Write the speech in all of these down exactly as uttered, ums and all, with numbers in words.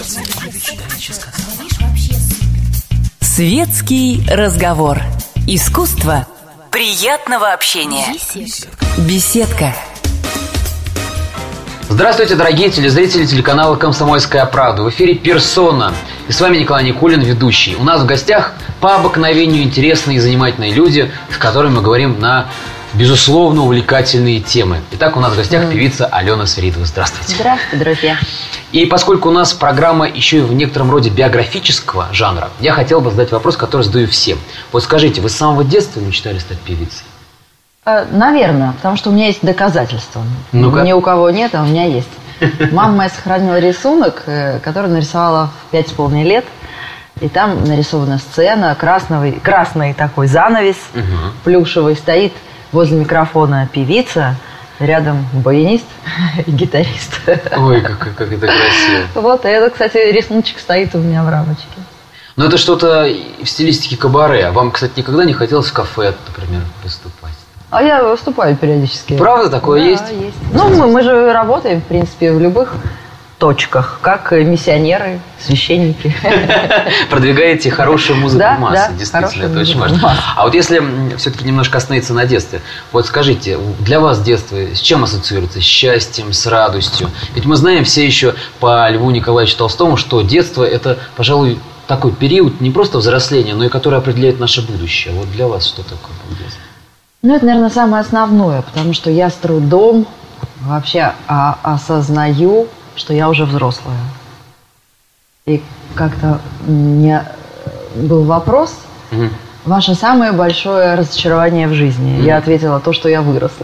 Светский разговор. Искусство приятного общения. Беседка. Здравствуйте, дорогие телезрители телеканала «Комсомольская правда». В эфире «Персона». И с вами Николай Никулин, ведущий. У нас в гостях по обыкновению интересные и занимательные люди, с которыми мы говорим на, безусловно, увлекательные темы. Итак, у нас в гостях mm. певица Алена Свиридова. Здравствуйте. Здравствуйте, друзья. И поскольку у нас программа еще и в некотором роде биографического жанра, я хотел бы задать вопрос, который задаю всем. Вот скажите, вы с самого детства мечтали стать певицей? Наверное, потому что у меня есть доказательства. Ну-ка. Ни у кого нет, а у меня есть. Мама моя сохранила рисунок, который нарисовала в пять с половиной лет. И там нарисована сцена, красный, красный такой занавес, угу. плюшевый, стоит возле микрофона певица, рядом баянист и гитарист. Ой, как, как это красиво. Вот, и это, кстати, рисуночек стоит у меня в рамочке. Но это что-то в стилистике кабаре. Вам, кстати, никогда не хотелось в кафе, например, выступать? А я выступаю периодически. Правда, такое да, есть? есть. Ну, мы, мы же работаем, в принципе, в любых точках, как миссионеры, священники. Продвигаете хорошую музыку да, в массы, да, действительно, это очень важно. А вот если все-таки немножко остановиться на детстве, вот скажите, для вас детство с чем ассоциируется? С счастьем, с радостью? Ведь мы знаем все еще по Льву Николаевичу Толстому, что детство – это, пожалуй, такой период не просто взросления, но и который определяет наше будущее. Вот для вас что такое детство? Ну, это, наверное, самое основное, потому что я с трудом вообще а, осознаю, что я уже взрослая. И как-то у меня был вопрос, угу. ваше самое большое разочарование в жизни. Угу. Я ответила, то, что я выросла.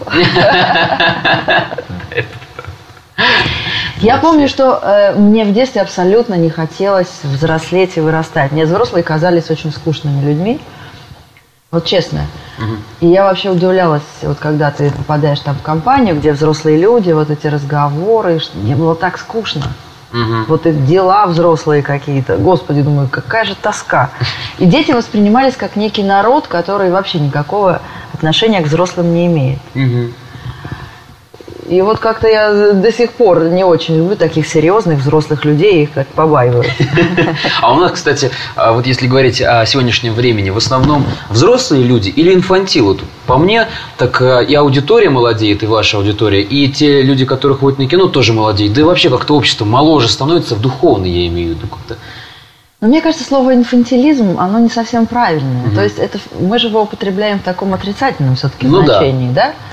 Я помню, что э, мне в детстве абсолютно не хотелось взрослеть и вырастать. Мне взрослые казались очень скучными людьми. Вот честно. Угу. И я вообще удивлялась, вот когда ты попадаешь там в компанию, где взрослые люди, вот эти разговоры, мне было так скучно. Угу. Вот эти дела взрослые какие-то. Господи, думаю, какая же тоска. И дети воспринимались как некий народ, который вообще никакого отношения к взрослым не имеет. Угу. И вот как-то я до сих пор не очень люблю таких серьезных взрослых людей, их как побаиваюсь. А у нас, кстати, вот если говорить о сегодняшнем времени, в основном взрослые люди или инфантилы? По мне, так и аудитория молодеет, и ваша аудитория, и те люди, которые ходят на кино, тоже молодеют. Да и вообще как-то общество моложе становится, в духовно, я имею в виду как-то. Но мне кажется, слово инфантилизм, оно не совсем правильное. Угу. То есть это, мы же его употребляем в таком отрицательном все-таки ну значении, да? да?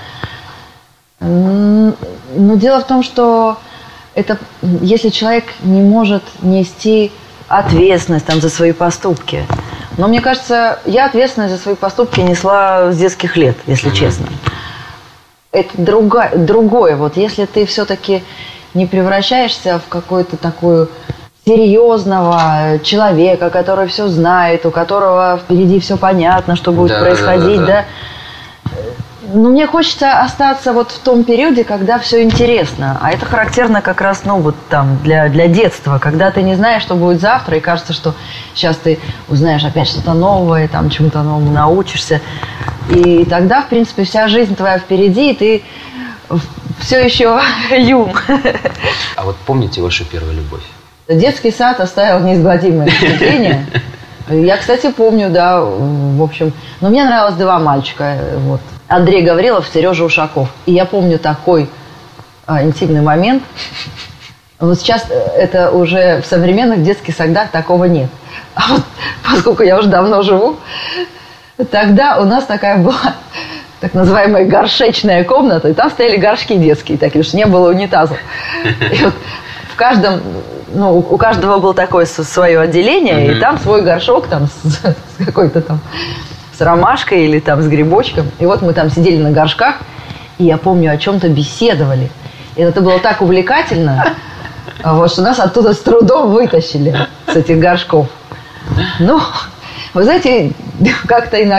Но дело в том, что это, если человек не может нести ответственность там, за свои поступки. Но мне кажется, я ответственность за свои поступки несла с детских лет, если mm-hmm. честно. Это другое, другое. Вот если ты все-таки не превращаешься в какую-то такую серьезного человека, который все знает, у которого впереди все понятно, что будет да, происходить, да, да, да. да Но мне хочется остаться вот в том периоде, когда все интересно. А это характерно как раз, ну, вот там, для, для детства, когда ты не знаешь, что будет завтра, и кажется, что сейчас ты узнаешь опять что-то новое, там, чему-то новому научишься. И тогда, в принципе, вся жизнь твоя впереди, и ты все еще юн. А вот помните вашу первую любовь? Детский сад оставил неизгладимое впечатление. Я, кстати, помню, да, в общем. Но мне нравилось два мальчика, вот. Андрей Гаврилов, Сережа Ушаков. И я помню такой а, интимный момент. Вот сейчас это уже в современных детских садах такого нет. А вот поскольку я уже давно живу, тогда у нас такая была так называемая горшечная комната, и там стояли горшки детские такие, что не было унитазов. И вот в каждом, ну, у каждого было такое свое отделение, mm-hmm. и там свой горшок там с, с какой-то там с ромашкой или там с грибочком. И вот мы там сидели на горшках, и я помню, о чем-то беседовали. И это было так увлекательно, вот, что нас оттуда с трудом вытащили, с этих горшков. Ну, вы знаете, как-то иногда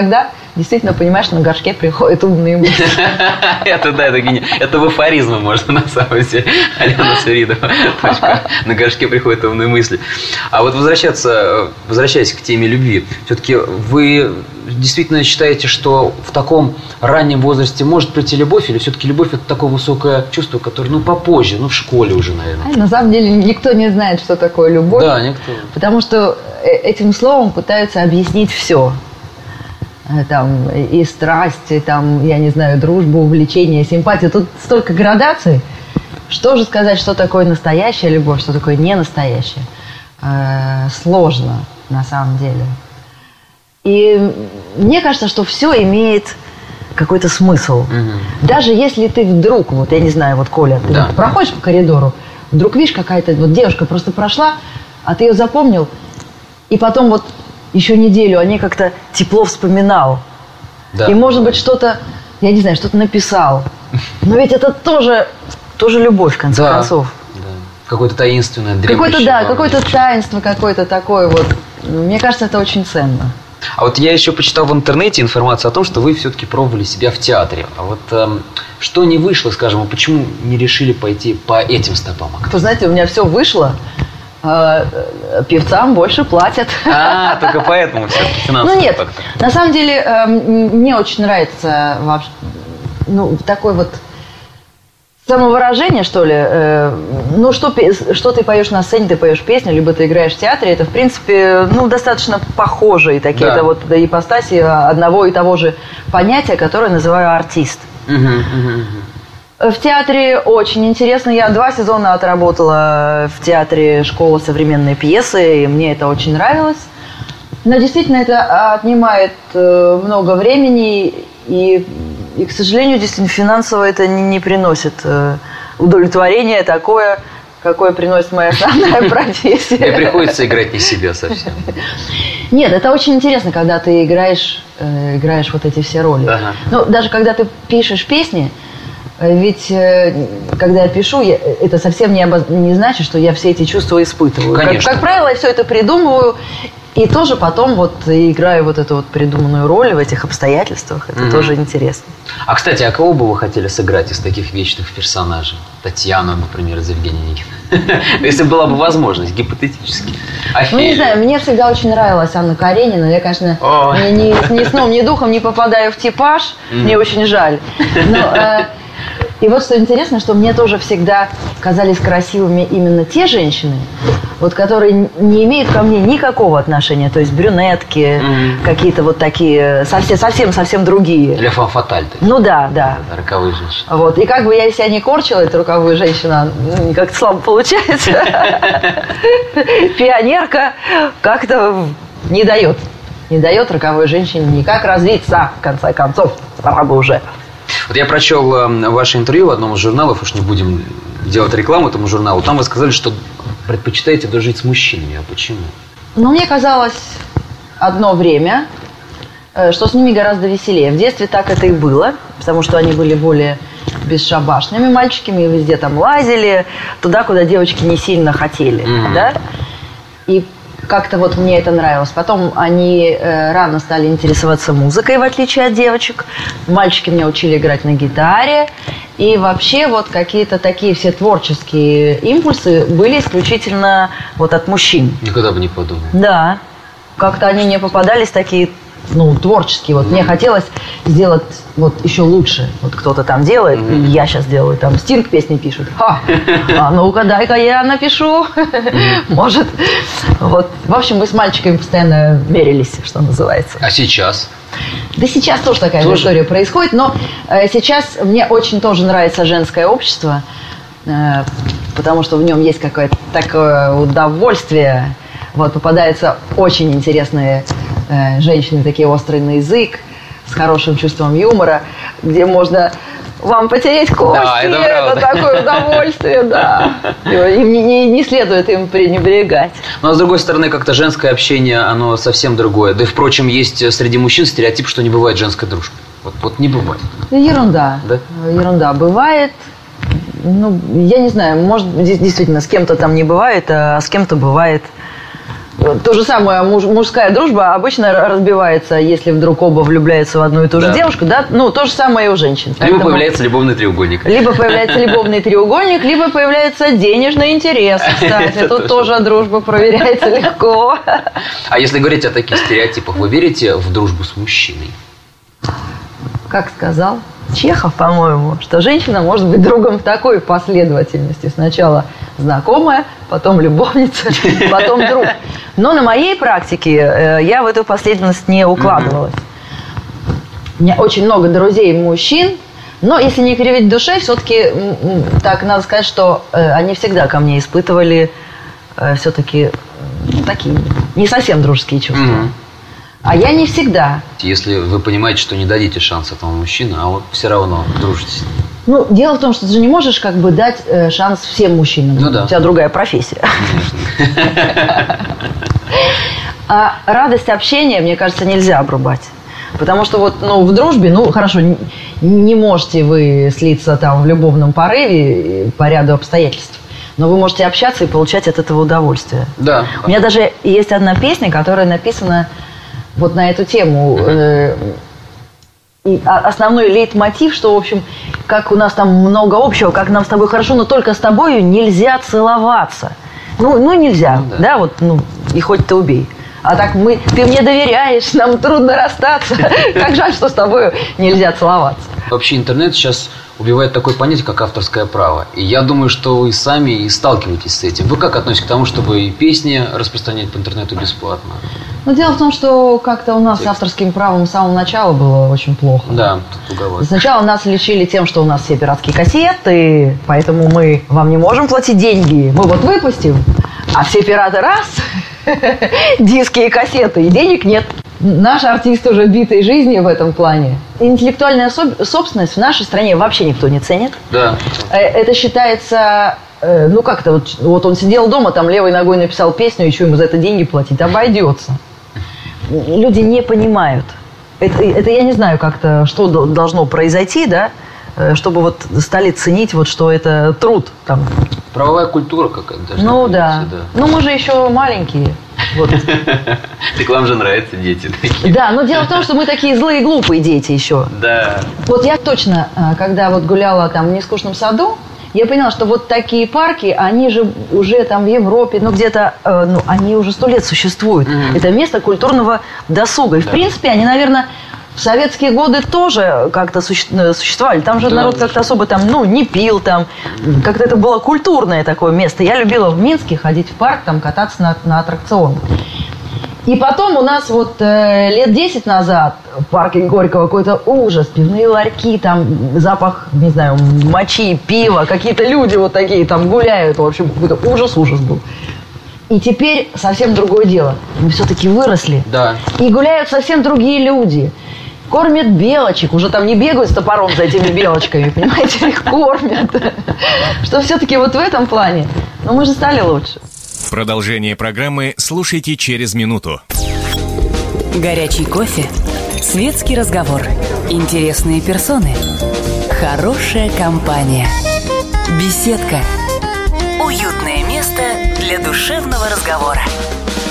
действительно понимаешь, что на горшке приходят умные мысли. Это да, это гениально. Это в афоризмы можно на самом деле. Алена Свиридова. На горшке приходят умные мысли. А вот возвращаться, возвращаясь к теме любви, все-таки вы действительно считаете, что в таком раннем возрасте может прийти любовь, или все-таки любовь это такое высокое чувство, которое, ну, попозже, ну, в школе уже, наверное? На самом деле никто не знает, что такое любовь. Да, никто. Потому что этим словом пытаются объяснить все. Там и страсть, и там, я не знаю, дружбу, увлечение, симпатию. Тут столько градаций. Что же сказать, что такое настоящая любовь, что такое не настоящая? Э, сложно, на самом деле. И мне кажется, что все имеет какой-то смысл. Угу. Даже если ты вдруг, вот я не знаю, вот Коля, ты да. проходишь по коридору, вдруг видишь, какая-то вот девушка просто прошла, а ты ее запомнил, и потом вот еще неделю о ней как-то тепло вспоминал. Да. И, может быть, что-то, я не знаю, что-то написал. Но ведь это тоже, тоже любовь, в конце да. концов. Да. Какое-то таинственное, дремлющее. Какое-то, да, какое-то таинство, какое-то такое вот. Мне кажется, это очень ценно. А вот я еще почитал в интернете информацию о том, что вы все-таки пробовали себя в театре. А вот эм, что не вышло, скажем, а почему не решили пойти по этим стопам? Вы знаете, у меня все вышло. А, певцам больше платят. А, только поэтому все-таки финансовый Ну нет, фактор. На самом деле э, мне очень нравится вообще, ну, такой вот самовыражение, что ли. Э, ну, что, что ты поешь на сцене, ты поешь песню, либо ты играешь в театре, это, в принципе, ну, достаточно похожие такие, да. это вот ипостаси одного и того же понятия, которое называю артист. Угу, угу, угу. В театре очень интересно. Я два сезона отработала в театре «Школа современной пьесы», и мне это очень нравилось. Но действительно это отнимает много времени, и, и к сожалению, действительно финансово это не, не приносит удовлетворения такое, какое приносит моя основная профессия. Мне приходится играть не себя совсем. Нет, это очень интересно, когда ты играешь, играешь вот эти все роли. Ага. Ну, даже когда ты пишешь песни, ведь, когда я пишу, я, это совсем не, обоз... не значит, что я все эти чувства испытываю. Конечно. Как, как правило, я все это придумываю, и тоже потом вот играю вот эту вот придуманную роль в этих обстоятельствах. Это mm-hmm. тоже интересно. А, кстати, а кого бы вы хотели сыграть из таких вечных персонажей? Татьяну, например, из Евгения Никитина. Если была бы возможность, гипотетически. Ну, не знаю, мне всегда очень нравилась Анна Каренина. Я, конечно, ни сном, ни духом не попадаю в типаж. Мне очень жаль. И вот что интересно, что мне тоже всегда казались красивыми именно те женщины, вот, которые не имеют ко мне никакого отношения. То есть брюнетки, mm-hmm. какие-то вот такие, совсем-совсем другие. Ля фам фаталь. Ну да, да. Роковые женщины. Вот. И как бы я себя не корчила, эта роковая женщина, ну, как-то слабо получается. Пионерка как-то не дает. Не дает роковой женщине никак развиться, в конце концов. Пора бы уже. Вот я прочел ваше интервью в одном из журналов, уж не будем делать рекламу этому журналу. Там вы сказали, что предпочитаете дружить с мужчинами. А почему? Ну, мне казалось одно время, что с ними гораздо веселее. В детстве так это и было, потому что они были более бесшабашными мальчиками, везде там лазили, туда, куда девочки не сильно хотели. Mm-hmm. Да? И как-то вот мне это нравилось. Потом они э, рано стали интересоваться музыкой, в отличие от девочек. Мальчики меня учили играть на гитаре. И вообще вот какие-то такие все творческие импульсы были исключительно вот от мужчин. Никогда бы не подумал. Да. Как-то они мне попадались такие, ну, творческие. Вот mm-hmm. мне хотелось сделать вот еще лучше. Вот кто-то там делает, mm-hmm. и я сейчас делаю. Там Стинг песни пишет. Ха! А ну-ка, дай-ка я напишу. Mm-hmm. Может. Вот. В общем, мы с мальчиками постоянно мерились, что называется. А сейчас? Да сейчас тоже такая тоже? история происходит. Но э, сейчас мне очень тоже нравится женское общество. Э, потому что в нем есть какое-то такое удовольствие. Вот, попадаются очень интересные э, женщины, такие острые на язык, с хорошим чувством юмора, где можно вам потереть кости. Да, это, это такое удовольствие, да. И не, не, не следует им пренебрегать. Но, с другой стороны, как-то женское общение, оно совсем другое. Да и, впрочем, есть среди мужчин стереотип, что не бывает женской дружбы. Вот, вот не бывает. Ерунда. Да? Ерунда. Бывает. Ну, я не знаю, может, действительно, с кем-то там не бывает, а с кем-то бывает. То же самое, муж, мужская дружба обычно разбивается, если вдруг оба влюбляются в одну и ту же да. девушку, да, ну, то же самое и у женщин. Либо Поэтому... появляется любовный треугольник. Либо появляется любовный треугольник, либо появляется денежный интерес, кстати. Тут тоже дружба проверяется легко. А если говорить о таких стереотипах, вы верите в дружбу с мужчиной? Как сказал Чехов, по-моему, что женщина может быть другом в такой последовательности. Сначала знакомая, потом любовница, потом друг. Но на моей практике я в эту последовательность не укладывалась. У меня очень много друзей мужчин, но если не кривить в душе, все-таки так надо сказать, что они всегда ко мне испытывали все-таки такие не совсем дружеские чувства. А я не всегда. Если вы понимаете, что не дадите шанс этому мужчине, а вот все равно дружите с ним. Ну, дело в том, что ты же не можешь как бы дать э, шанс всем мужчинам. Ну да. У тебя другая профессия. А радость общения, мне кажется, нельзя обрубать. Потому что вот, ну, в дружбе, ну, хорошо, не можете вы слиться там в любовном порыве по ряду обстоятельств. Но вы можете общаться и получать от этого удовольствие. Да. У меня даже есть одна песня, которая написана вот на эту тему. Э, и основной лейтмотив, что, в общем, как у нас там много общего, как нам с тобой хорошо, но только с тобою нельзя целоваться. Ну, ну нельзя, ну, да. да, вот, ну, и хоть ты убей. А так мы, ты мне доверяешь, нам трудно расстаться. Как жаль, что с тобой нельзя целоваться. Вообще интернет сейчас убивает такое понятие, как авторское право. И я думаю, что вы сами и сталкиваетесь с этим. Вы как относитесь к тому, чтобы и песни распространять по интернету бесплатно? Ну, дело в том, что как-то у нас Текст. с авторским правом с самого начала было очень плохо. Да, тут уговор. Сначала нас лечили тем, что у нас все пиратские кассеты, поэтому мы вам не можем платить деньги. Мы вот выпустим, а все пираты раз, диски и кассеты, и денег нет. Наш артист уже битой жизнью в этом плане. Интеллектуальная собственность в нашей стране вообще никто не ценит. Да. Это считается, ну как-то, вот, вот он сидел дома, там левой ногой написал песню, и что ему за это деньги платить? Обойдется. Люди не понимают. Это, это я не знаю, как-то, что должно произойти, да, чтобы вот стали ценить, вот, что это труд. Там. Правовая культура какая-то даже. Ну да. да. Ну мы же еще маленькие. Вот. Так вам же нравятся дети такие. Да, но дело в том, что мы такие злые, глупые дети еще. Да. Вот я точно, когда вот гуляла там в Нескучном саду, я поняла, что вот такие парки, они же уже там в Европе, ну где-то, ну они уже сто лет существуют. Mm-hmm. Это место культурного досуга. И в да. принципе они, наверное, в советские годы тоже как-то существовали. Там же да, народ как-то особо там, ну, не пил там. Как-то это было культурное такое место. Я любила в Минске ходить в парк, там кататься на, на аттракционах. И потом у нас вот э, лет десять назад в парке Горького какой-то ужас. Пивные ларьки, там запах, не знаю, мочи, пива. Какие-то люди вот такие там гуляют. В общем, какой-то ужас-ужас был. И теперь совсем другое дело. Мы все-таки выросли. Да. И гуляют совсем другие люди. Кормят белочек. Уже там не бегают с топором за этими белочками. Понимаете, их кормят. Что все-таки вот в этом плане. Но мы же стали лучше. Продолжение программы слушайте через минуту. Горячий кофе. Светский разговор. Интересные персоны. Хорошая компания. Беседка. Уютное место для душевного разговора.